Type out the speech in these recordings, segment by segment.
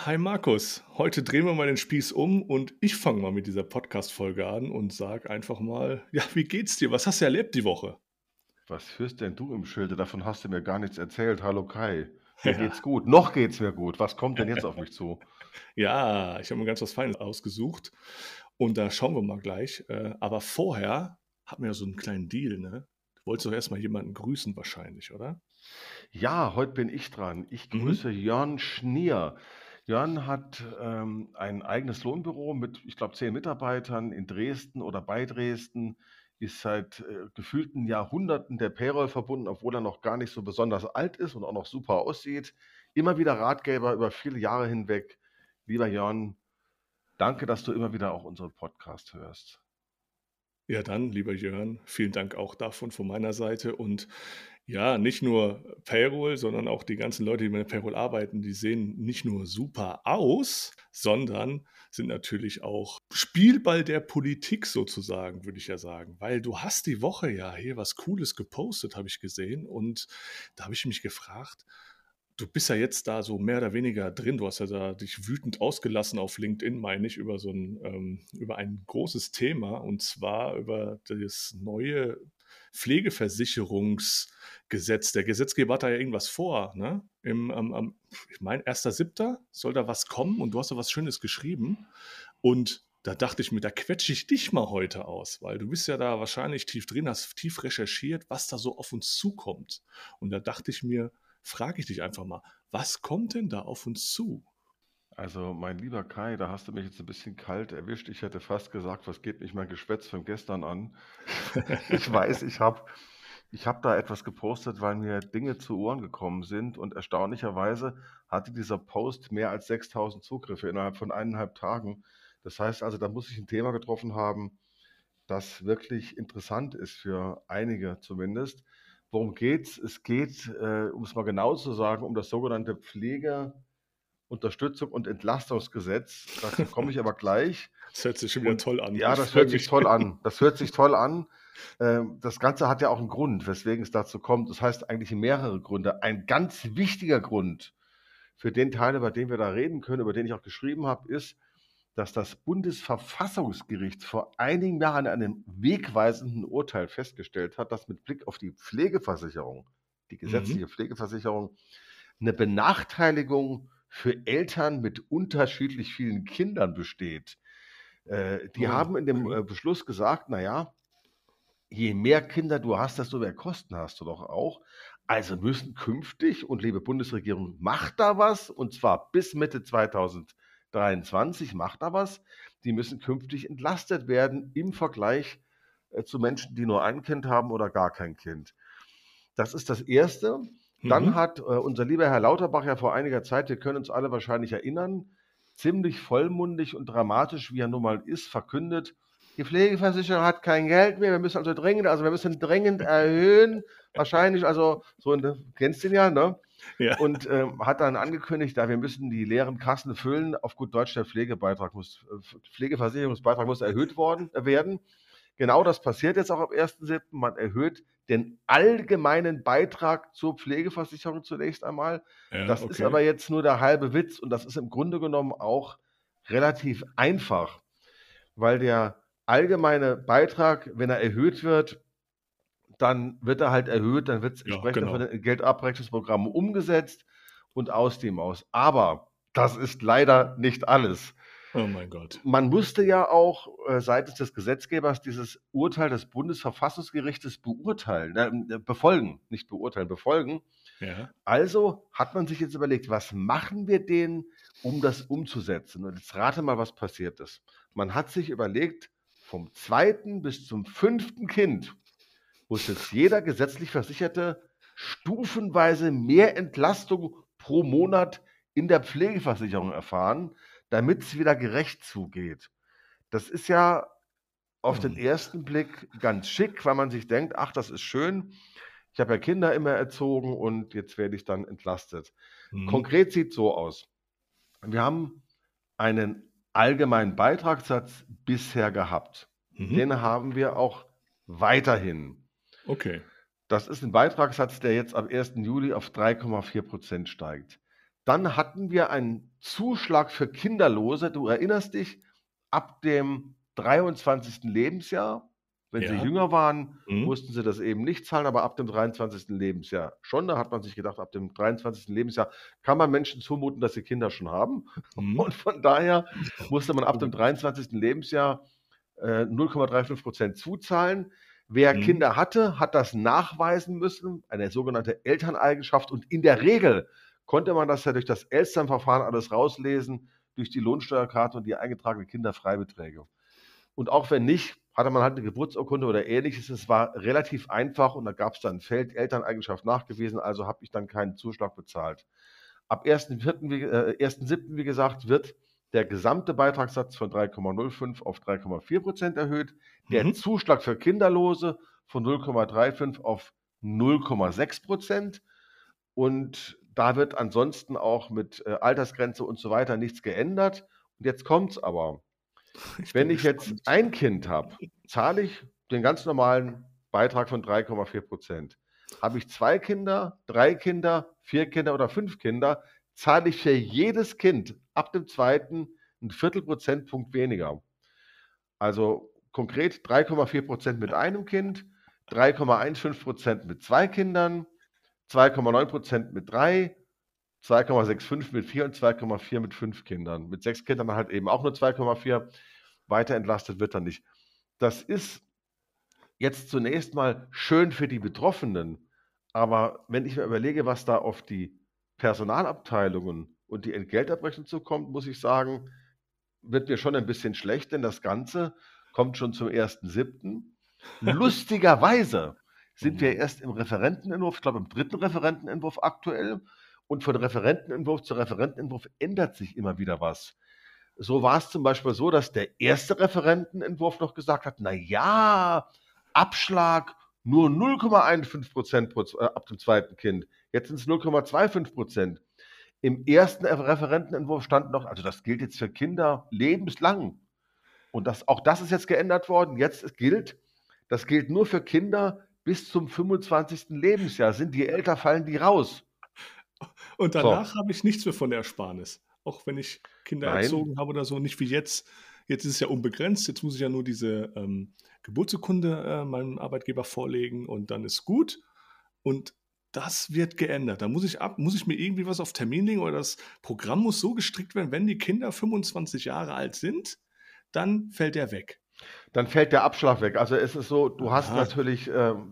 Hi Markus, heute drehen wir mal den Spieß um und ich fange mal mit dieser Podcast-Folge an und sage einfach mal, ja, wie geht's dir? Was hast du erlebt die Woche? Was führst denn du im Schilde? Davon hast du mir gar nichts erzählt. Hallo Kai. Mir Ja, geht's gut. Noch geht's mir gut. Was kommt denn jetzt auf mich zu? ja, ich habe mir ganz was Feines ausgesucht und da schauen wir mal gleich. Aber vorher hatten wir ja so einen kleinen Deal, ne? Du wolltest doch erstmal jemanden grüßen wahrscheinlich, oder? Ja, heute bin ich dran. Ich Mhm. grüße Jörn Schnier. Jörn hat ein eigenes Lohnbüro mit, ich glaube, 10 Mitarbeitern in Dresden oder bei Dresden, ist seit gefühlten Jahrhunderten der Payroll verbunden, obwohl er noch gar nicht so besonders alt ist und auch noch super aussieht. Immer wieder Ratgeber über viele Jahre hinweg. Lieber Jörn, danke, dass du immer wieder auch unseren Podcast hörst. Ja, dann, lieber Jörn, vielen Dank auch davon von meiner Seite. Und ja, nicht nur Payroll, sondern auch die ganzen Leute, die mit der Payroll arbeiten, die sehen nicht nur super aus, sondern sind natürlich auch Spielball der Politik sozusagen, würde ich ja sagen. Weil du hast die Woche ja hier was Cooles gepostet, habe ich gesehen. Und da habe ich mich gefragt, du bist ja jetzt da so mehr oder weniger drin. Du hast ja da dich wütend ausgelassen auf LinkedIn, meine ich, über ein großes Thema und zwar über das neue Pflegeversicherungsgesetz. Der Gesetzgeber hat da ja irgendwas vor, ne? Ich meine, 1.7. soll da was kommen und du hast da was Schönes geschrieben. Und da dachte ich mir, da quetsche ich dich mal heute aus, weil du bist ja da wahrscheinlich tief drin, hast tief recherchiert, was da so auf uns zukommt. Und da dachte ich mir, frage ich dich einfach mal, was kommt denn da auf uns zu? Also, mein lieber Kai, da hast du mich jetzt ein bisschen kalt erwischt. Ich hätte fast gesagt: „Was geht mich mein Geschwätz von gestern an?“ Ich weiß, ich habe da etwas gepostet, weil mir Dinge zu Ohren gekommen sind und erstaunlicherweise hatte dieser Post mehr als 6.000 Zugriffe innerhalb von 1,5 Tagen. Das heißt also, da muss ich ein Thema getroffen haben, das wirklich interessant ist für einige zumindest. Worum geht's? Es geht, um es mal genau zu sagen, um das sogenannte Pflegeunterstützung und Entlastungsgesetz. Dazu komme ich aber gleich. Das hört sich schon wieder Und toll an. ja, Ich das freue hört sich mich. toll an. Das hört sich toll an. Das Ganze hat ja auch einen Grund, weswegen es dazu kommt. Das heißt eigentlich mehrere Gründe. Ein ganz wichtiger Grund für den Teil, über den wir da reden können, über den ich auch geschrieben habe, ist, dass das Bundesverfassungsgericht vor einigen Jahren in einem wegweisenden Urteil festgestellt hat, dass mit Blick auf die Pflegeversicherung, die Mhm. gesetzliche Pflegeversicherung, eine Benachteiligung für Eltern mit unterschiedlich vielen Kindern besteht. Die Oh, haben in dem okay. Beschluss gesagt, naja, je mehr Kinder du hast, desto mehr Kosten hast du doch auch. Also müssen künftig, und liebe Bundesregierung, macht da was, und zwar bis Mitte 2023, macht da was, die müssen künftig entlastet werden im Vergleich zu Menschen, die nur ein Kind haben oder gar kein Kind. Das ist das Erste. Dann Mhm. hat unser lieber Herr Lauterbach ja vor einiger Zeit, wir können uns alle wahrscheinlich erinnern, ziemlich vollmundig und dramatisch, wie er nun mal ist, verkündet, die Pflegeversicherung hat kein Geld mehr, wir müssen dringend erhöhen, wahrscheinlich, also so, du kennst ihn ja, ne? Ja, Und hat dann angekündigt, ja, wir müssen die leeren Kassen füllen, auf gut Deutsch, der Pflegeversicherungsbeitrag muss erhöht werden. Genau das passiert jetzt auch am 1.7. Man erhöht den allgemeinen Beitrag zur Pflegeversicherung zunächst einmal. ja, Das ist okay. aber jetzt nur der halbe Witz und das ist im Grunde genommen auch relativ einfach, weil der allgemeine Beitrag, wenn er erhöht wird, dann wird er halt erhöht, dann wird es Ja, entsprechend von genau. den Geldabrechnungsprogrammen umgesetzt und aus dem aus. Aber das ist leider nicht alles. Oh mein Gott. Man musste ja auch seitens des Gesetzgebers dieses Urteil des Bundesverfassungsgerichtes befolgen, nicht beurteilen, befolgen. Ja. Also hat man sich jetzt überlegt, was machen wir denn, um das umzusetzen? Und jetzt rate mal, was passiert ist. Man hat sich überlegt, vom zweiten bis zum fünften Kind muss jetzt jeder gesetzlich Versicherte stufenweise mehr Entlastung pro Monat in der Pflegeversicherung erfahren, damit es wieder gerecht zugeht. Das ist ja auf den Mhm. ersten Blick ganz schick, weil man sich denkt, ach, das ist schön. Ich habe ja Kinder immer erzogen und jetzt werde ich dann entlastet. Mhm. Konkret sieht es so aus. Wir haben einen allgemeinen Beitragssatz bisher gehabt. Mhm. Den haben wir auch weiterhin. Okay. Das ist ein Beitragssatz, der jetzt ab 1. Juli auf 3,4% steigt. Dann hatten wir einen Zuschlag für Kinderlose. Du erinnerst dich, ab dem 23. Lebensjahr, wenn sie Ja. jünger waren, Mhm. mussten sie das eben nicht zahlen, aber ab dem 23. Lebensjahr schon. Da hat man sich gedacht, ab dem 23. Lebensjahr kann man Menschen zumuten, dass sie Kinder schon haben. Mhm. Und von daher musste man ab dem Gut. 23. Lebensjahr 0,35% zuzahlen. Wer Mhm. Kinder hatte, hat das nachweisen müssen, eine sogenannte Elterneigenschaft. Und in der Regel konnte man das ja durch das Elstern-Verfahren alles rauslesen, durch die Lohnsteuerkarte und die eingetragenen Kinderfreibeträge. Und auch wenn nicht, hatte man halt eine Geburtsurkunde oder Ähnliches. Es war relativ einfach und da gab es dann ein Feld Elterneigenschaft nachgewiesen, also habe ich dann keinen Zuschlag bezahlt. Ab 1.7., wie gesagt, wird der gesamte Beitragssatz von 3,05 auf 3,4% erhöht, der Mhm. Zuschlag für Kinderlose von 0,35 auf 0,6%. Und da wird ansonsten auch mit Altersgrenze und so weiter nichts geändert. Und jetzt kommt's aber. Ich Wenn bin ich jetzt gespannt. ein Kind habe, zahle ich den ganz normalen Beitrag von 3,4%. Habe ich 2 Kinder, 3 Kinder, 4 Kinder oder 5 Kinder, zahle ich für jedes Kind ab dem zweiten 1/4 Prozentpunkt weniger. Also konkret 3,4% mit einem Kind, 3,15% mit 2 Kindern, 2,9% mit 3, 2,65 mit 4 und 2,4 mit 5 Kindern. Mit 6 Kindern halt eben auch nur 2,4. Weiter entlastet wird er nicht. Das ist jetzt zunächst mal schön für die Betroffenen, aber wenn ich mir überlege, was da auf die Personalabteilungen und die Entgeltabrechnung zukommt, muss ich sagen, wird mir schon ein bisschen schlecht, denn das Ganze kommt schon zum 1.7. Lustigerweise Oh sind wir Mann. erst im Referentenentwurf, ich glaube im 3. Referentenentwurf aktuell, und von Referentenentwurf zu Referentenentwurf ändert sich immer wieder was. So war es zum Beispiel so, dass der erste Referentenentwurf noch gesagt hat: „Na ja, Abschlag nur 0,15% ab dem zweiten Kind. Jetzt sind es 0,25%." Im ersten Referentenentwurf stand noch, also das gilt jetzt für Kinder lebenslang. Und auch das ist jetzt geändert worden. Jetzt gilt, das gilt nur für Kinder bis zum 25. Lebensjahr. Sind die älter, fallen die raus. Und danach So, habe ich nichts mehr von der Ersparnis. Auch wenn ich Kinder nein, erzogen habe oder so, nicht wie jetzt. Jetzt ist es ja unbegrenzt. Jetzt muss ich ja nur diese, Geburtsurkunde, meinem Arbeitgeber vorlegen und dann ist gut. Und das wird geändert. Da muss ich mir irgendwie was auf Termin legen oder das Programm muss so gestrickt werden, wenn die Kinder 25 Jahre alt sind, dann fällt der weg. dann fällt der Abschlag weg. Also es ist so, du hast Aha, natürlich,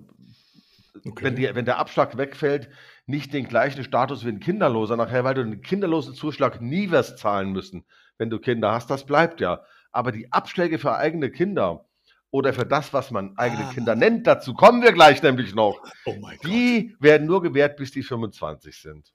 okay. wenn der Abschlag wegfällt, nicht den gleichen Status wie ein Kinderloser nachher, weil du den Kinderlosenzuschlag nie wirst zahlen müssen, wenn du Kinder hast. Das bleibt ja. Aber die Abschläge für eigene Kinder oder für das, was man eigene Kinder Ah, nennt, dazu kommen wir gleich nämlich noch, oh mein Gott. die werden nur gewährt, bis die 25 sind.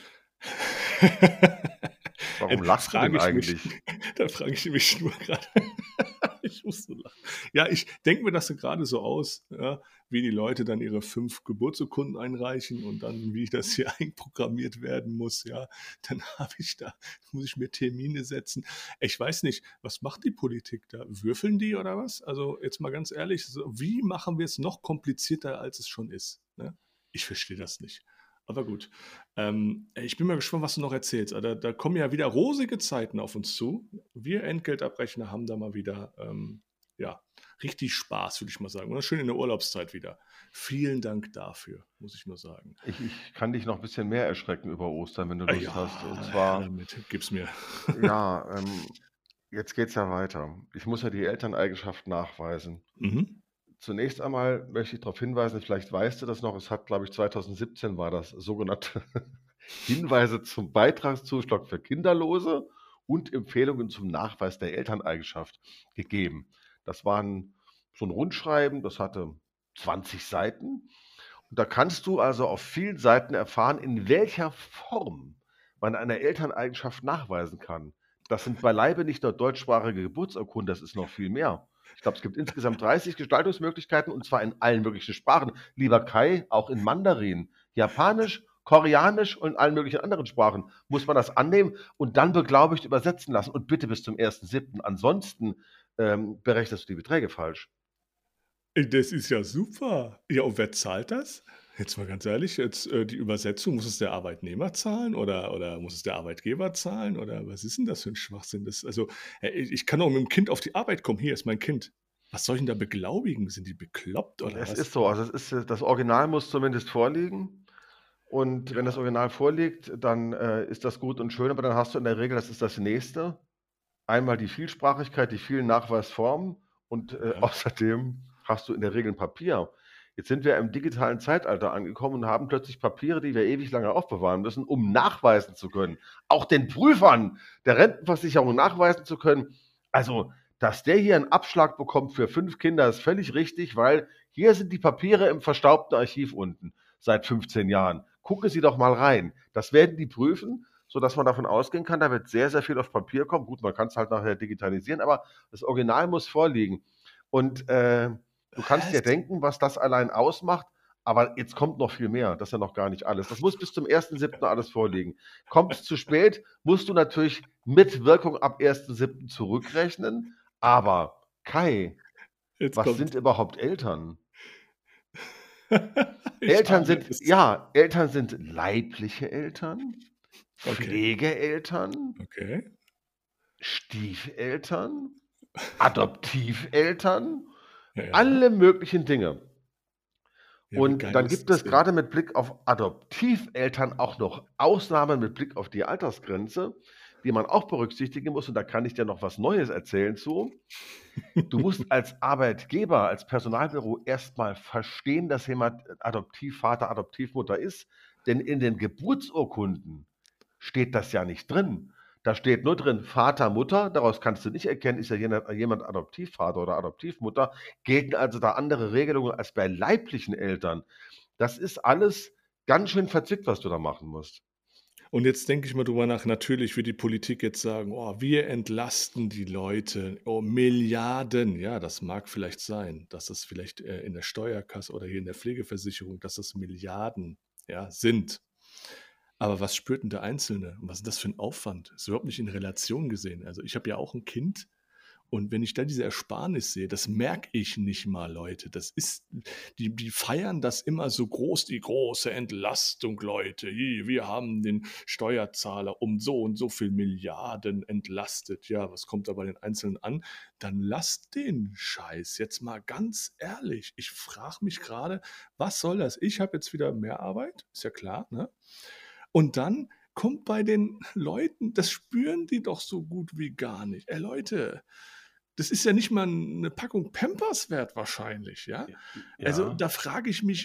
Warum lachst du denn Frage ich mich eigentlich? da frage ich mich nur grade ich muss so lachen. Ja, ich denke mir das so grade so aus, ja, wie die Leute dann ihre 5 Geburtsurkunden einreichen und dann wie das hier einprogrammiert werden muss, ja. Dann habe ich da muss ich mir Termine setzen. Ich weiß nicht, was macht die Politik da? Würfeln die oder was? Also, jetzt mal ganz ehrlich, so wie machen wir es noch komplizierter, als es schon ist, ne? Ich verstehe das nicht. Aber gut. Ich bin mal gespannt, was du noch erzählst. Da kommen ja wieder rosige Zeiten auf uns zu. Wir Entgeltabrechner haben da mal wieder, ja, richtig Spaß, würde ich mal sagen. Und schön in der Urlaubszeit wieder. Vielen Dank dafür, muss ich nur sagen. Ich kann dich noch ein bisschen mehr erschrecken über Ostern, wenn du Lust hast. Und Ja, her zwar, damit, gib's mir. ja, jetzt geht's ja weiter. Ich muss ja die Elterneigenschaft nachweisen. Mhm. Zunächst einmal möchte ich darauf hinweisen, vielleicht weißt du das noch, es hat, glaube ich, 2017 war das, sogenannte Hinweise zum Beitragszuschlag für Kinderlose und Empfehlungen zum Nachweis der Elterneigenschaft gegeben. Das waren so ein Rundschreiben, das hatte 20 Seiten. Und da kannst du also auf vielen Seiten erfahren, in welcher Form man eine Elterneigenschaft nachweisen kann. Das sind beileibe nicht nur deutschsprachige Geburtsurkunden, das ist noch viel mehr. Ich glaube, es gibt insgesamt 30 Gestaltungsmöglichkeiten und zwar in allen möglichen Sprachen. Lieber Kai, auch in Mandarin, Japanisch, Koreanisch und in allen möglichen anderen Sprachen muss man das annehmen und dann beglaubigt übersetzen lassen. Und bitte bis zum 1.7. Ansonsten berechnest du die Beträge falsch. Das ist ja super. Ja, und wer zahlt das? Jetzt mal ganz ehrlich, jetzt, die Übersetzung, muss es der Arbeitnehmer zahlen oder muss es der Arbeitgeber zahlen oder was ist denn das für 'n Schwachsinn? Ich kann doch mit dem Kind auf die Arbeit kommen. Hier ist mein Kind. Was soll ich denn da beglaubigen? Sind die bekloppt oder Es was? ist so, also, es ist das Original muss zumindest vorliegen und wenn das Ja, Original vorliegt, dann, ist das gut und schön, aber dann hast du in der Regel das ist das Nächste, einmal die Vielsprachigkeit, die vielen Nachweisformen und, ja, außerdem hast du in der Regel 'n Papier. Jetzt sind wir im digitalen Zeitalter angekommen und haben plötzlich Papiere, die wir ewig lange aufbewahren müssen, um nachweisen zu können, auch den Prüfern der Rentenversicherung nachweisen zu können: „Also, dass der hier 'n Abschlag bekommt für 5 Kinder, ist völlig richtig, weil hier sind die Papiere im verstaubten Archiv unten seit 15 Jahren. Gucken Sie doch mal rein.“ Das werden die prüfen, sodass man davon ausgehen kann, da wird sehr, sehr viel auf Papier kommen. Gut, man kann's halt nachher digitalisieren, aber das Original muss vorliegen. Und, du kannst dir was? denken, was das allein ausmacht, aber jetzt kommt noch viel mehr. Das ist ja noch gar nicht alles. Das muss bis zum 1.7. alles vorliegen. Kommt's zu spät, musst du natürlich mit Wirkung ab 1.7. zurückrechnen. Aber Kai, Jetzt was kommt sind überhaupt Eltern? ich ahne es. Eltern sind leibliche Eltern, Okay, Pflegeeltern, okay. Stiefeltern, Adoptiveltern, Ja. alle möglichen Dinge. Ja, wie Und geil dann ist gibt das es denn? grade mit Blick auf Adoptiveltern auch noch Ausnahmen mit Blick auf die Altersgrenze, die man auch berücksichtigen muss, und da kann ich dir noch was Neues erzählen zu. Du musst als Arbeitgeber, als Personalbüro erst mal verstehen, dass jemand Adoptivvater, Adoptivmutter ist, denn in den Geburtsurkunden steht das ja nicht drin. Da steht nur drin Vater, Mutter, daraus kannst du nicht erkennen, ist ja jemand Adoptivvater oder Adoptivmutter, gelten also da andere Regelungen als bei leiblichen Eltern. Das ist alles ganz schön verzwickt, was du da machen musst. Und jetzt denke ich mal drüber nach, natürlich wird die Politik jetzt sagen: „Oh, wir entlasten die Leute. Oh, Milliarden.“ Ja, das mag vielleicht sein, dass es vielleicht, in der Steuerkasse oder hier in der Pflegeversicherung, dass das Milliarden, ja, sind. Aber was spürt denn der Einzelne? Und was ist das für 'n Aufwand? Ist überhaupt nicht in Relation gesehen. Also, ich habe ja auch 'n Kind und wenn ich da diese Ersparnis sehe, das merke ich nicht mal, Leute. Die feiern das immer so groß, die große Entlastung, Leute. Hi, wir haben den Steuerzahler um so und so viel Milliarden entlastet. Ja, was kommt da bei den Einzelnen an? Dann lasst den Scheiß. Jetzt mal ganz ehrlich. Ich frage mich grade: „Was soll das?“ Ich habe jetzt wieder mehr Arbeit, ist ja klar, ne? Und dann kommt bei den Leuten, das spüren die doch so gut wie gar nicht. Ey Leute, das ist ja nicht mal 'ne Packung Pampers wert wahrscheinlich, ja? Also, Ja, da frage ich mich,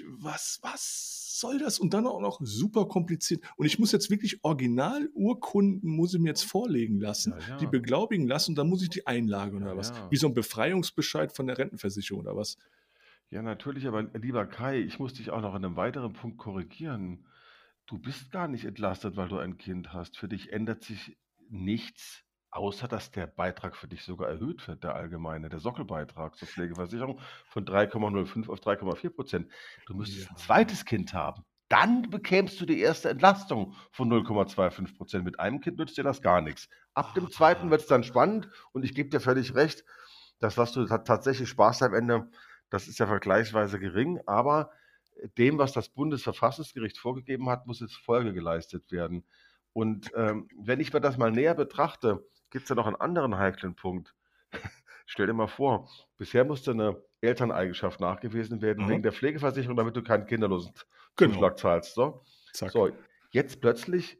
was soll das? Und dann auch noch super kompliziert. Und ich muss jetzt wirklich Originalurkunden muss ich mir jetzt vorlegen lassen, ja, die ja, beglaubigen lassen und dann muss ich die einlagern ja, oder was? Wie ja. so 'n Befreiungsbescheid von der Rentenversicherung oder was? Ja, natürlich, aber lieber Kai, ich muss dich auch noch in 'nem weiteren Punkt korrigieren. Du bist gar nicht entlastet, weil du ein Kind hast. Für dich ändert sich nichts, außer dass der Beitrag für dich sogar erhöht wird, der allgemeine, der Sockelbeitrag zur Pflegeversicherung von 3,05 auf 3,4%. Du müsstest 'n Ja. zweites Kind haben. Dann bekämst du die erste Entlastung von 0,25%. Mit einem Kind nützt dir das gar nix. Ab dem zweiten Ah. wird's dann spannend und ich gebe dir völlig recht, das, was du tatsächlich sparst am Ende, das ist ja vergleichsweise gering, aber dem, was das Bundesverfassungsgericht vorgegeben hat, muss jetzt Folge geleistet werden. Und, wenn ich mir das mal näher betrachte, gibt's ja noch einen anderen heiklen Punkt. Stell dir mal vor, bisher musste eine Elterneigenschaft nachgewiesen werden Aha. wegen der Pflegeversicherung, damit du keinen Genau. Kinderlosenzuschlag zahlst, so. Zack. So, jetzt plötzlich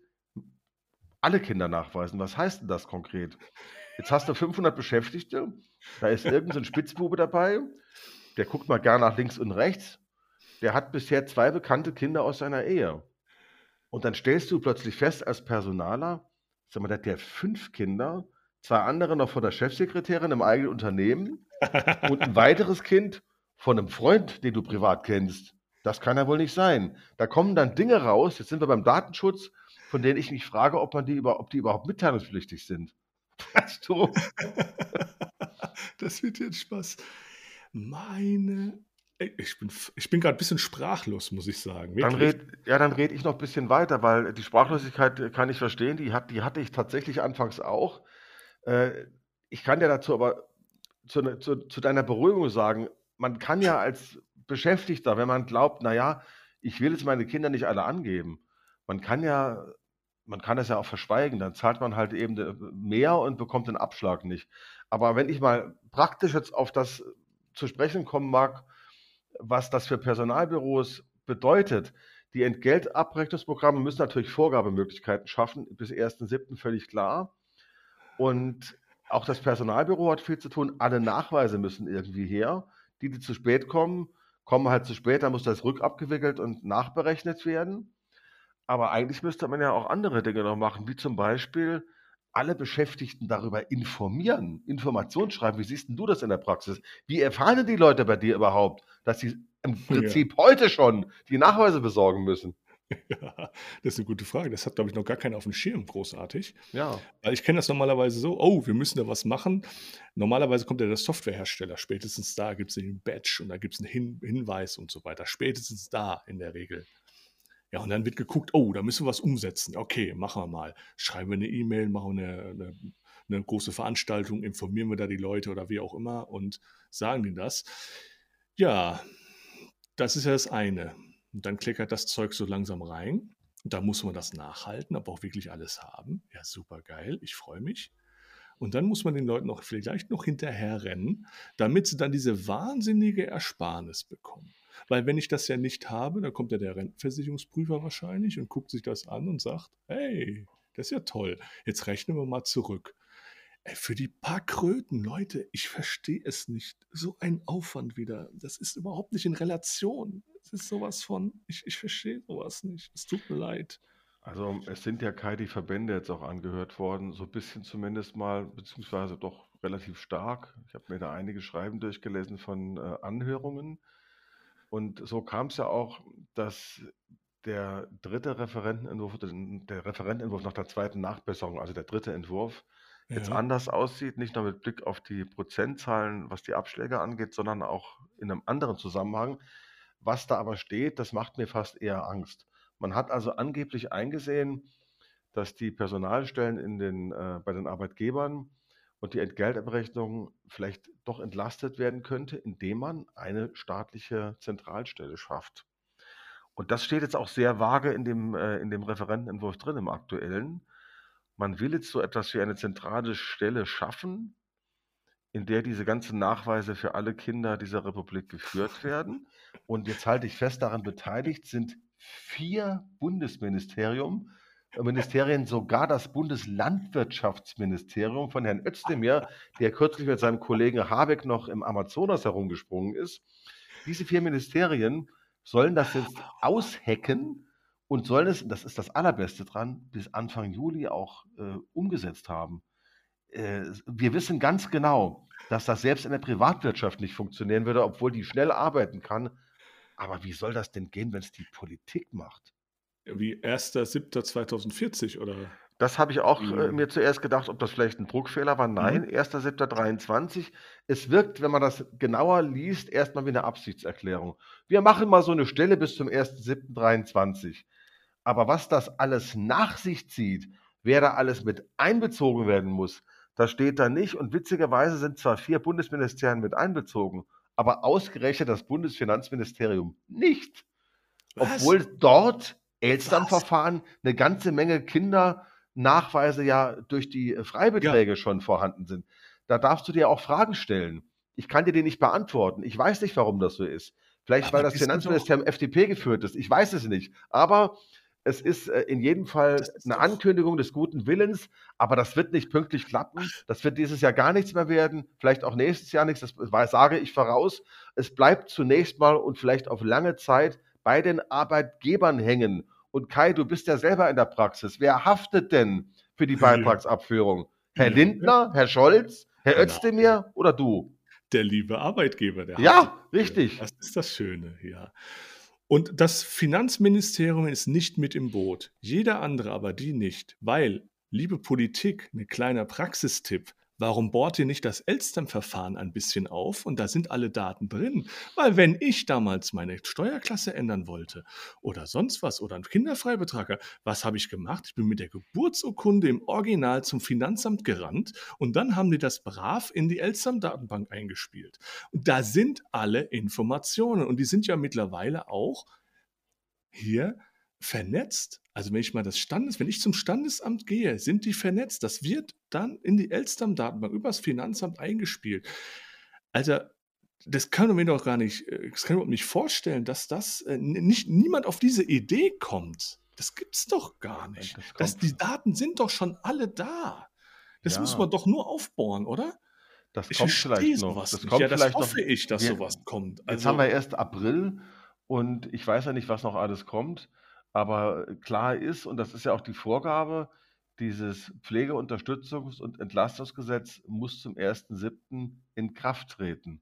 alle Kinder nachweisen. Was heißt denn das konkret? Jetzt hast du 500 Beschäftigte, da ist irgend so 'n Spitzbube dabei, der guckt mal gern nach links und rechts. Der hat bisher 2 bekannte Kinder aus seiner Ehe. Und dann stellst du plötzlich fest als Personaler, sag mal, der hat ja 5 Kinder, 2 andere noch von der Chefsekretärin im eigenen Unternehmen und 'n weiteres Kind von 'nem Freund, den du privat kennst. Das kann ja wohl nicht sein. Da kommen dann Dinge raus, jetzt sind wir beim Datenschutz, von denen ich mich frage, ob die überhaupt mitteilungspflichtig sind. Weißt du? Das wird jetzt Spaß. Meine ich bin grad bisschen sprachlos, muss ich sagen, wirklich. Dann rede ich noch ein bisschen weiter, weil die Sprachlosigkeit, kann ich verstehen, die hatte ich tatsächlich anfangs auch. Äh, ich kann dir dazu aber zu deiner Beruhigung sagen, man kann ja als Beschäftigter, wenn man glaubt, na ja, Ich will jetzt meine Kinder nicht alle angeben. Man kann ja man kann das ja auch verschweigen, dann zahlt man halt eben mehr und bekommt den Abschlag nicht. Aber wenn ich mal praktisch jetzt auf das zu sprechen kommen mag, was das für Personalbüros bedeutet. Die Entgeltabrechnungsprogramme müssen natürlich Vorgabemöglichkeiten schaffen, bis 1.7. völlig klar. Und auch das Personalbüro hat viel zu tun. Alle Nachweise müssen irgendwie her. Die zu spät kommen, kommen halt zu spät, dann muss das rückabgewickelt und nachberechnet werden. Aber eigentlich müsste man ja auch andere Dinge noch machen, wie zum Beispiel alle Beschäftigten darüber informieren, Informationsschreiben. Wie siehst denn du das in der Praxis? Wie erfahren denn die Leute bei dir überhaupt, dass sie im Ja. Prinzip heute schon die Nachweise besorgen müssen? Ja, das ist eine gute Frage. Das hat, glaube ich, noch gar keiner auf dem Schirm großartig. Ja, Weil ich kenne das normalerweise so: „Oh, wir müssen da was machen.“ Normalerweise kommt ja der Softwarehersteller, spätestens da gibt es den Badge und da gibt es einen Hinweis und so weiter. Spätestens da in der Regel. Ja, und dann wird geguckt: „Oh, da müssen wir was umsetzen. Okay, machen wir mal. Schreiben wir eine E-Mail, machen wir eine große Veranstaltung, informieren wir da die Leute oder wie auch immer und sagen denen das.“ Ja, das ist ja das eine. Und dann klickert das Zeug so langsam rein. Und da muss man das nachhalten, ob wir auch wirklich alles haben. Ja, super geil, ich freue mich. Und dann muss man den Leuten auch vielleicht noch hinterherrennen, damit sie dann diese wahnsinnige Ersparnis bekommen. Weil wenn ich das ja nicht habe, dann kommt ja der Rentenversicherungsprüfer wahrscheinlich und guckt sich das an und sagt, hey, das ist ja toll, jetzt rechnen wir mal zurück. Ey, für die paar Kröten, Leute, ich verstehe es nicht. So ein Aufwand wieder. Das ist überhaupt nicht in Relation. Es ist sowas von, ich verstehe sowas nicht. Es tut mir leid. also es sind ja die Verbände jetzt auch angehört worden, so ein bisschen zumindest mal, beziehungsweise doch relativ stark. Ich habe mir da einige Schreiben durchgelesen von Anhörungen. Und so kam es ja auch, dass der dritte Referentenentwurf, oder der Referentenentwurf nach der zweiten Nachbesserung, also der dritte Entwurf, jetzt Ja, anders aussieht, nicht nur mit Blick auf die Prozentzahlen, was die Abschläge angeht, sondern auch in einem anderen Zusammenhang. Was da aber steht, das macht mir fast eher Angst. Man hat also angeblich eingesehen, dass die Personalstellen bei den Arbeitgebern und die Entgeltabrechnung vielleicht doch entlastet werden könnte, indem man eine staatliche Zentralstelle schafft. Und das steht jetzt auch sehr vage in dem Referentenentwurf drin, im aktuellen. Man will jetzt so etwas wie eine zentrale Stelle schaffen, in der diese ganzen Nachweise für alle Kinder dieser Republik geführt werden. Und jetzt halte ich fest, daran beteiligt sind 4 Ministerien, sogar das Bundeslandwirtschaftsministerium von Herrn Özdemir, der kürzlich mit seinem Kollegen Habeck noch im Amazonas herumgesprungen ist. Diese 4 Ministerien sollen das jetzt aushacken und sollen es, das ist das Allerbeste dran, bis Anfang Juli auch umgesetzt haben. Wir wissen ganz genau, dass das selbst in der Privatwirtschaft nicht funktionieren würde, obwohl die schnell arbeiten kann. Aber wie soll das denn gehen, wenn es die Politik macht? wie 1.7.2040 oder Das habe ich auch wie? mir zuerst gedacht, ob das vielleicht ein Druckfehler war. Mhm. Nein, 1.7.23. Es wirkt, wenn man das genauer liest, erstmal wie eine Absichtserklärung. Wir machen mal so eine Stelle bis zum 1.7.23. Aber was das alles nach sich zieht, wer da alles mit einbezogen werden muss, das steht da nicht. Und witzigerweise sind zwar 4 Bundesministerien mit einbezogen, aber ausgerechnet das Bundesfinanzministerium nicht, Was? obwohl dort Was? Elstern-Verfahren eine ganze Menge Kindernachweise ja durch die Ja, Freibeträge schon vorhanden sind. Da darfst du dir auch Fragen stellen. Ich kann dir die nicht beantworten. Ich weiß nicht, warum das so ist. Vielleicht, weil aber das die sind doch Finanzministerium FDP geführt ist. Ich weiß es nicht. Aber es ist in jedem das Fall ist eine doch Ankündigung des guten Willens, aber das wird nicht pünktlich klappen. Das wird dieses Jahr gar nichts mehr werden, vielleicht auch nächstes Jahr nichts, sage ich voraus. Es bleibt zunächst mal und vielleicht auf lange Zeit bei den Arbeitgebern hängen. Und Kai, du bist ja selber in der Praxis. Wer haftet denn für die ja, Beitragsabführung? Herr ja, ja. Lindner, Herr Scholz, Herr Nein, Özdemir oder du? der liebe Arbeitgeber, der haftet Ja, dafür. richtig. Das ist das Schöne, ja. Und das Finanzministerium ist nicht mit im Boot. Jeder andere aber die nicht. Weil, liebe Politik, ein kleiner Praxistipp, warum bohrt ihr nicht das Elstern-Verfahren ein bisschen auf und da sind alle Daten drin? Weil wenn ich damals meine Steuerklasse ändern wollte oder sonst was oder einen Kinderfreibetrag, was habe ich gemacht? Ich bin mit der Geburtsurkunde im Original zum Finanzamt gerannt und dann haben die das brav in die Elstern-Datenbank eingespielt. Und da sind alle Informationen und die sind ja mittlerweile auch hier vernetzt. Also wenn ich zum Standesamt gehe, sind die vernetzt. Das wird dann in die Elster-Datenbank übers Finanzamt eingespielt. Alter, das kann man mir doch gar nicht das kann ich überhaupt nicht vorstellen, dass das, niemand auf diese Idee kommt. Das gibt's doch gar nicht. Das kommt, Die Daten sind doch schon alle da. Das muss ja, man doch nur aufbohren, oder? das Ich kommt verstehe vielleicht so noch. was Das nicht. Ja, kommt das vielleicht noch. hoffe ich, dass so Wir, was kommt. jetzt haben wir Also, erst April und ich weiß ja nicht, was noch alles kommt, aber klar ist, und das ist ja auch die Vorgabe, dieses Pflegeunterstützungs- und Entlastungsgesetz muss zum 1.7. in Kraft treten.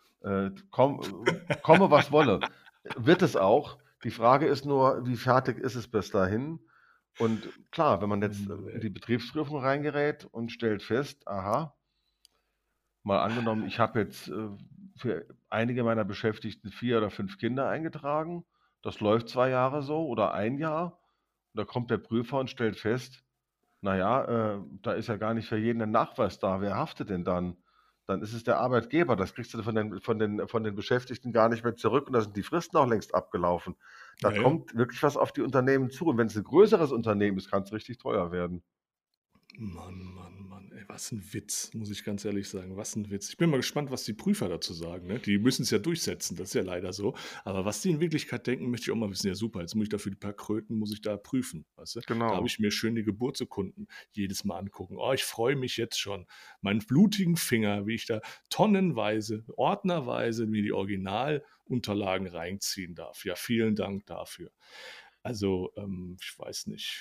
Komme, was wolle. Wird es auch. Die Frage ist nur, wie fertig ist es bis dahin? Und klar, wenn man jetzt Mann, Mann, in ey. die Betriebsprüfung reingerät und stellt fest, aha, mal angenommen, ich habe jetzt für einige meiner Beschäftigten 4 oder 5 Kinder eingetragen. Das läuft 2 Jahre so oder ein Jahr. Und da kommt der Prüfer und stellt fest, na ja, da ist ja gar nicht für jeden ein Nachweis da. Wer haftet denn dann? Dann ist es der Arbeitgeber. Das kriegst du von den Beschäftigten gar nicht mehr zurück und da sind die Fristen auch längst abgelaufen. Da Ja, ja. kommt wirklich was auf die Unternehmen zu. Und wenn es ein größeres Unternehmen ist, kann es richtig teuer werden. Mann, Mann, Mann, ey, was ein Witz, muss ich ganz ehrlich sagen. Was ein Witz. Ich bin mal gespannt, was die Prüfer dazu sagen, ne? Die müssen es ja durchsetzen, das ist ja leider so. Aber was die in Wirklichkeit denken, möchte ich auch mal wissen. Ja, super, jetzt muss ich dafür die paar Kröten muss ich da prüfen, weißt du? Da habe Genau. ich mir schön die Geburtsurkunden jedes Mal angucken. Oh, ich freue mich jetzt schon. Meinen blutigen Finger, wie ich da tonnenweise, ordnerweise mir die Originalunterlagen reinziehen darf. Ja, vielen Dank dafür. Also, ich weiß nicht.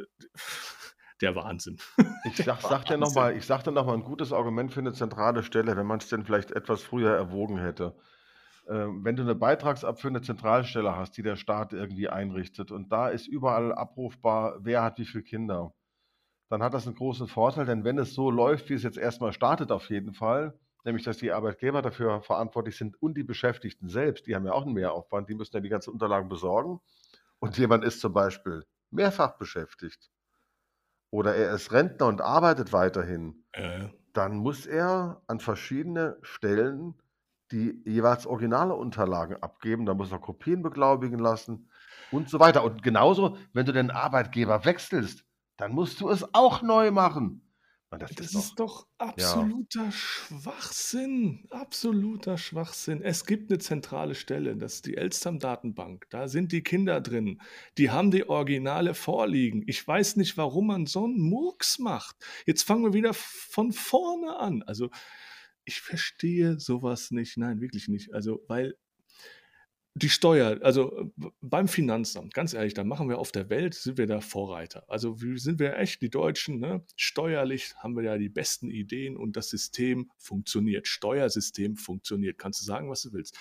Der Wahnsinn. Ich Der Wahnsinn. sag dir noch mal ein gutes Argument für eine zentrale Stelle, wenn man es denn vielleicht etwas früher erwogen hätte. Wenn du eine beitragsabführende Zentralstelle hast, die der Staat irgendwie einrichtet und da ist überall abrufbar, wer hat wie viele Kinder, dann hat das einen großen Vorteil, denn wenn es so läuft, wie es jetzt erstmal startet auf jeden Fall, nämlich dass die Arbeitgeber dafür verantwortlich sind und die Beschäftigten selbst, die haben ja auch einen Mehraufwand, die müssen ja die ganzen Unterlagen besorgen und jemand ist zum Beispiel mehrfach beschäftigt oder er ist Rentner und arbeitet weiterhin, Ja, dann muss er an verschiedene Stellen die jeweils originale Unterlagen abgeben. Da muss er Kopien beglaubigen lassen und so weiter. Und genauso, wenn du den Arbeitgeber wechselst, dann musst du es auch neu machen. Und das das ist doch, ist doch ja, absoluter Schwachsinn. Absoluter Schwachsinn. Es gibt eine zentrale Stelle, das ist die Elstern-Datenbank. Da sind die Kinder drin. Die haben die Originale vorliegen. Ich weiß nicht, warum man so einen Murks macht. Jetzt fangen wir wieder von vorne an. Also, ich verstehe sowas nicht. Nein, wirklich nicht. Also, weil die Steuer, also beim Finanzamt, ganz ehrlich, da machen wir auf der Welt, sind wir da Vorreiter. Also sind wir echt die Deutschen, ne? Steuerlich haben wir ja die besten Ideen und das System funktioniert. Steuersystem funktioniert. Kannst du sagen, was du willst.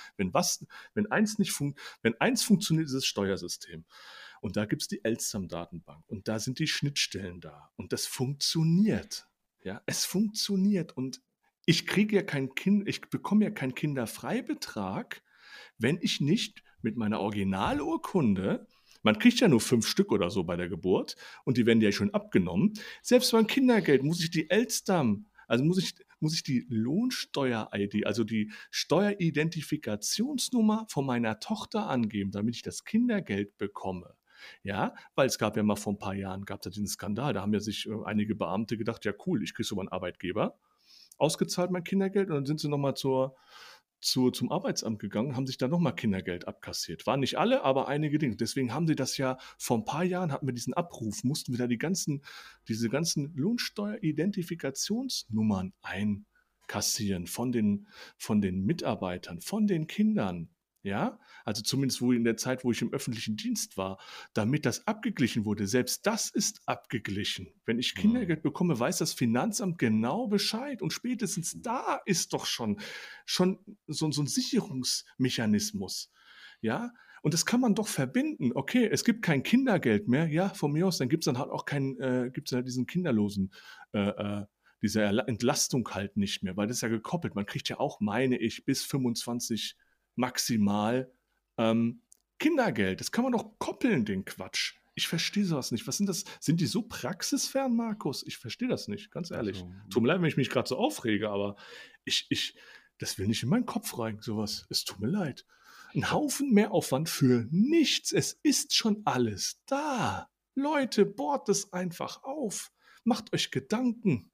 Wenn eins funktioniert, ist das Steuersystem. Und da gibt es die Elster-Datenbank und da sind die Schnittstellen da. Und das funktioniert. Ja, es funktioniert. Und ich bekomme ja keinen Kinderfreibetrag, wenn ich nicht mit meiner Originalurkunde, man kriegt ja nur 5 Stück oder so bei der Geburt und die werden ja schon abgenommen. Selbst beim Kindergeld muss ich die Elstern, also muss ich die Lohnsteuer-ID, also die Steueridentifikationsnummer von meiner Tochter angeben, damit ich das Kindergeld bekomme. Ja, weil es gab ja mal vor ein paar Jahren, gab es ja diesen Skandal, da haben ja sich einige Beamte gedacht, ja cool, ich kriege so meinen Arbeitgeber, ausgezahlt mein Kindergeld und dann sind sie nochmal zum Arbeitsamt gegangen, haben sich da nochmal Kindergeld abkassiert. Waren nicht alle, aber einige Dinge. Deswegen haben sie das ja vor ein paar Jahren, hatten wir diesen Abruf, mussten wir da diese ganzen Lohnsteueridentifikationsnummern einkassieren von den Mitarbeitern, von den Kindern. Ja, also zumindest in der Zeit, wo ich im öffentlichen Dienst war, damit das abgeglichen wurde. Selbst das ist abgeglichen. Wenn ich hm, Kindergeld bekomme, weiß das Finanzamt genau Bescheid. Und spätestens da ist doch schon so ein Sicherungsmechanismus. Ja, und das kann man doch verbinden. Okay, es gibt kein Kindergeld mehr. Ja, von mir aus, dann gibt es dann halt auch gibt's ja diesen kinderlosen, äh, äh, diese Entlastung halt nicht mehr, weil das ist ja gekoppelt. Man kriegt ja auch, meine ich, bis 25 maximal ähm, Kindergeld. Das kann man doch koppeln, den Quatsch. Ich verstehe sowas nicht. Was sind das? Sind die so praxisfern, Markus? Ich verstehe das nicht, ganz ehrlich. also Tut mir leid, wenn ich mich gerade so aufrege, aber ich, ich, das will nicht in meinen Kopf rein, sowas. Es tut mir leid. 'N Haufen Mehraufwand für nichts. Es ist schon alles da. Leute, bohrt es einfach auf. Macht euch Gedanken.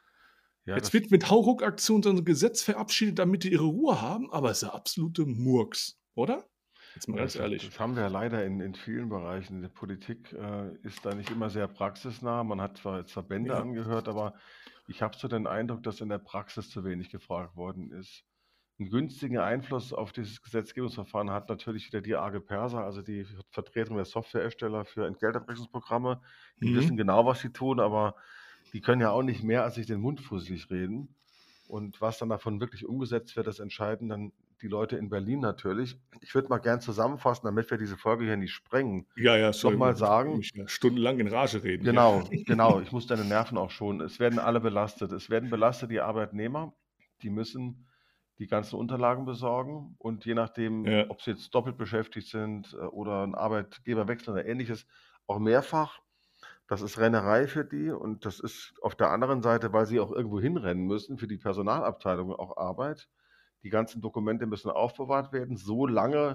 Ja, Jetzt das wird mit Hauruck-Aktion so 'n Gesetz verabschiedet, damit die ihre Ruhe haben, aber ist ja absolute Murks, oder? Jetzt mal ganz ehrlich. das haben wir ja leider in vielen Bereichen. Die Politik, ist da nicht immer sehr praxisnah. Man hat zwar jetzt Verbände Ja. angehört, aber ich habe so den Eindruck, dass in der Praxis zu wenig gefragt worden ist. 'N günstigen Einfluss auf dieses Gesetzgebungsverfahren hat natürlich wieder die AG Perser, also die Vertretung der Softwarehersteller für Entgeltabrechnungsprogramme. Die wissen Mhm. genau, was sie tun, aber die können ja auch nicht mehr, als sich den Mund fusselig reden. Und was dann davon wirklich umgesetzt wird, das entscheiden dann die Leute in Berlin natürlich. Ich würde mal gern zusammenfassen, damit wir diese Folge hier nicht sprengen. Ja, ja, Noch mal Entschuldigung, ich kann sagen mich ja stundenlang in Rage reden hier. genau, genau, ich muss deine Nerven auch schonen. Es werden alle belastet. Es werden belastet die Arbeitnehmer, die müssen die ganzen Unterlagen besorgen und je nachdem, Ja. ob sie jetzt doppelt beschäftigt sind, oder 'n Arbeitgeber wechseln oder Ähnliches, auch mehrfach. Das ist Rennerei für die und das ist auf der anderen Seite, weil sie auch irgendwo hinrennen müssen, für die Personalabteilung auch Arbeit. Die ganzen Dokumente müssen aufbewahrt werden, so lange,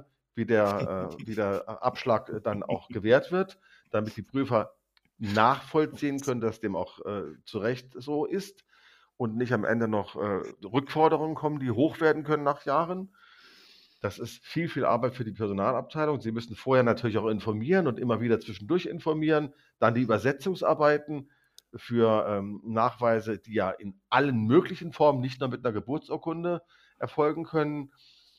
wie der Abschlag, dann auch gewährt wird, damit die Prüfer nachvollziehen können, dass dem auch, zu Recht so ist und nicht am Ende noch, Rückforderungen kommen, die hoch werden können nach Jahren. Das ist viel, viel Arbeit für die Personalabteilung. Sie müssen vorher natürlich auch informieren und immer wieder zwischendurch informieren. Dann die Übersetzungsarbeiten für, Nachweise, die ja in allen möglichen Formen, nicht nur mit 'ner Geburtsurkunde erfolgen können.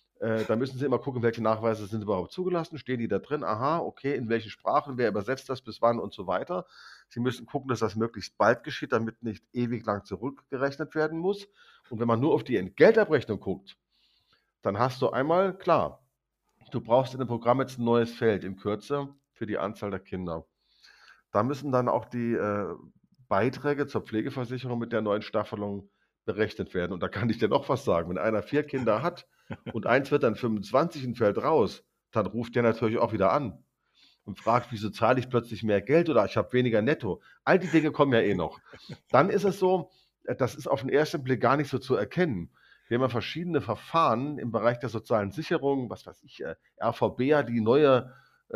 Da müssen Sie immer gucken, welche Nachweise sind überhaupt zugelassen. Stehen die da drin? Aha, okay, in welchen Sprachen, wer übersetzt das, bis wann und so weiter. Sie müssen gucken, dass das möglichst bald geschieht, damit nicht ewig lang zurückgerechnet werden muss. Und wenn man nur auf die Entgeltabrechnung guckt, dann hast du einmal klar, du brauchst in dem Programm jetzt 'n neues Feld in Kürze für die Anzahl der Kinder. Da müssen dann auch die, Beiträge zur Pflegeversicherung mit der neuen Staffelung berechnet werden. Und da kann ich dir noch was sagen, wenn einer 4 Kinder hat und eins wird dann 25 und fällt raus, dann ruft der natürlich auch wieder an und fragt: „Wieso zahle ich plötzlich mehr Geld?“ oder „Ich habe weniger netto.“ All die Dinge kommen ja eh noch. Dann ist es so, das ist auf 'n ersten Blick gar nicht so zu erkennen. Wir haben ja verschiedene Verfahren im Bereich der sozialen Sicherung, was weiß ich, RVB, die neue,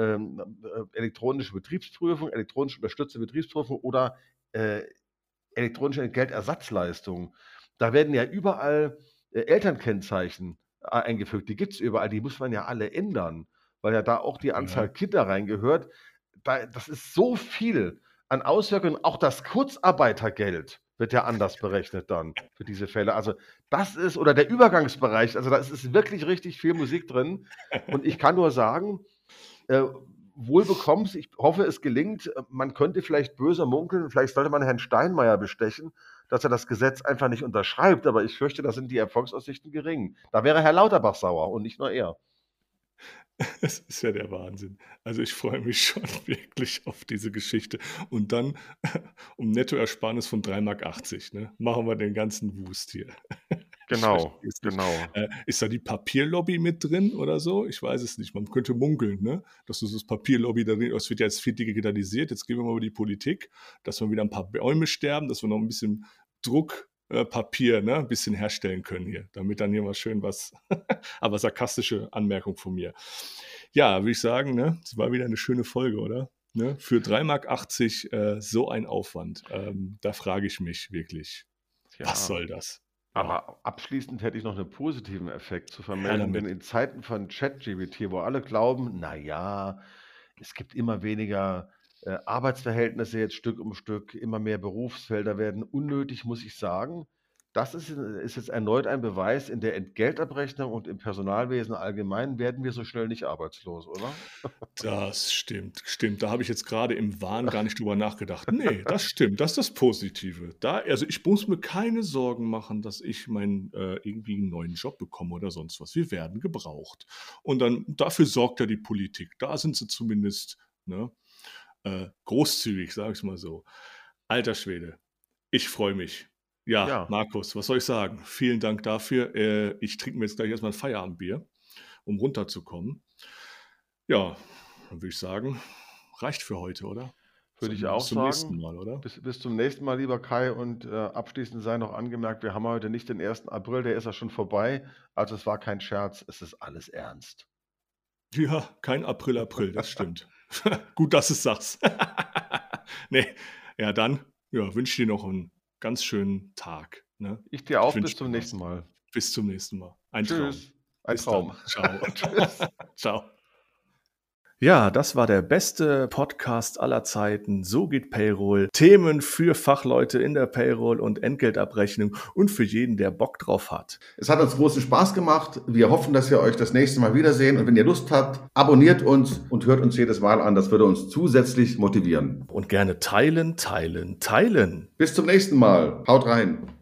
elektronische Betriebsprüfung, elektronisch unterstützte Betriebsprüfung oder, äh, elektronische Entgeltersatzleistung. Da werden ja überall, Elternkennzeichen eingefügt. Die gibt's überall, die muss man ja alle ändern, weil ja da auch die Ja. Anzahl Kinder reingehört. Das ist so viel an Auswirkungen. Auch das Kurzarbeitergeld wird ja anders berechnet dann für diese Fälle. Also, das ist oder der Übergangsbereich, also, da ist wirklich richtig viel Musik drin. Und ich kann nur sagen, äh, wohl bekomm's. Ich hoffe, es gelingt. Man könnte vielleicht böse munkeln, vielleicht sollte man Herrn Steinmeier bestechen, dass er das Gesetz einfach nicht unterschreibt, aber ich fürchte, da sind die Erfolgsaussichten gering. Da wäre Herr Lauterbach sauer und nicht nur er. Es ist ja der Wahnsinn. Also, ich freue mich schon wirklich auf diese Geschichte. Und dann um Nettoersparnis von 3,80 €, ne, machen wir den ganzen Wust hier. Ich verstehe Genau, es nicht. genau. Ist da die Papierlobby mit drin oder so? Ich weiß es nicht. Man könnte munkeln, ne, dass so das Papierlobby da drin es wird ja jetzt viel digitalisiert. Jetzt gehen wir mal über die Politik, dass wir wieder 'n paar Bäume sterben, dass wir noch 'n bisschen Druck Papier, ne, 'n bisschen herstellen können hier, damit dann hier mal schön was aber sarkastische Anmerkung von mir. Ja, würde ich sagen, ne, es war wieder 'ne schöne Folge, oder? Ne? Für 3,80 €, so ein Aufwand. Da frage ich mich wirklich: „Was Ja, soll das?“ Ja, aber abschließend hätte ich noch 'nen positiven Effekt zu her vermelden, denn damit. in Zeiten von ChatGPT, wo alle glauben: „Na ja, es gibt immer weniger, Arbeitsverhältnisse jetzt Stück um Stück, immer mehr Berufsfelder werden unnötig“, muss ich sagen, das ist jetzt erneut ein Beweis, in der Entgeltabrechnung und im Personalwesen allgemein werden wir so schnell nicht arbeitslos, oder? Das stimmt, stimmt. Da habe ich jetzt grade im Wahn gar nicht drüber nachgedacht. Ne, das stimmt, das ist das Positive. Da also, ich muss mir keine Sorgen machen, dass ich meinen irgendwie 'n neuen Job bekomme oder sonst was. Wir werden gebraucht. Und dann dafür sorgt ja die Politik. Da sind sie zumindest, ne, großzügig, sage ich's mal so. Alter Schwede, ich freue mich. Ja, Ja. Markus, was soll ich sagen? Vielen Dank dafür. Ich trinke mir jetzt gleich erst mal 'n Feierabendbier, um runterzukommen. Ja, dann würde ich sagen, reicht für heute, oder? Würde Sagen ich wir auch bis zum nächsten sagen. Mal, oder? Bis zum nächsten Mal, lieber Kai. Und, abschließend sei noch angemerkt, wir haben heute nicht den 1. April, der ist ja schon vorbei. Also, es war kein Scherz, es ist alles ernst. Ja, kein April, das stimmt. Gut, dass du's sagst. Ne, ja dann, ja, wünsche dir noch 'n ganz schönen Tag, ne? Ich dir Ich auch, bis wünsche zum dir was. nächsten Mal. Bis zum nächsten Mal. Ein Traum. Tschüss, ein Bis Traum. dann. Tschau. Tschüss. Tschau. Ja, das war der beste Podcast aller Zeiten. So geht Payroll. Themen für Fachleute in der Payroll und Entgeltabrechnung und für jeden, der Bock drauf hat. Es hat uns großen Spaß gemacht. Wir hoffen, dass wir euch das nächste Mal wiedersehen. Und wenn ihr Lust habt, abonniert uns und hört uns jedes Mal an. Das würde uns zusätzlich motivieren. Und gerne teilen, teilen, teilen. Bis zum nächsten Mal. Haut rein.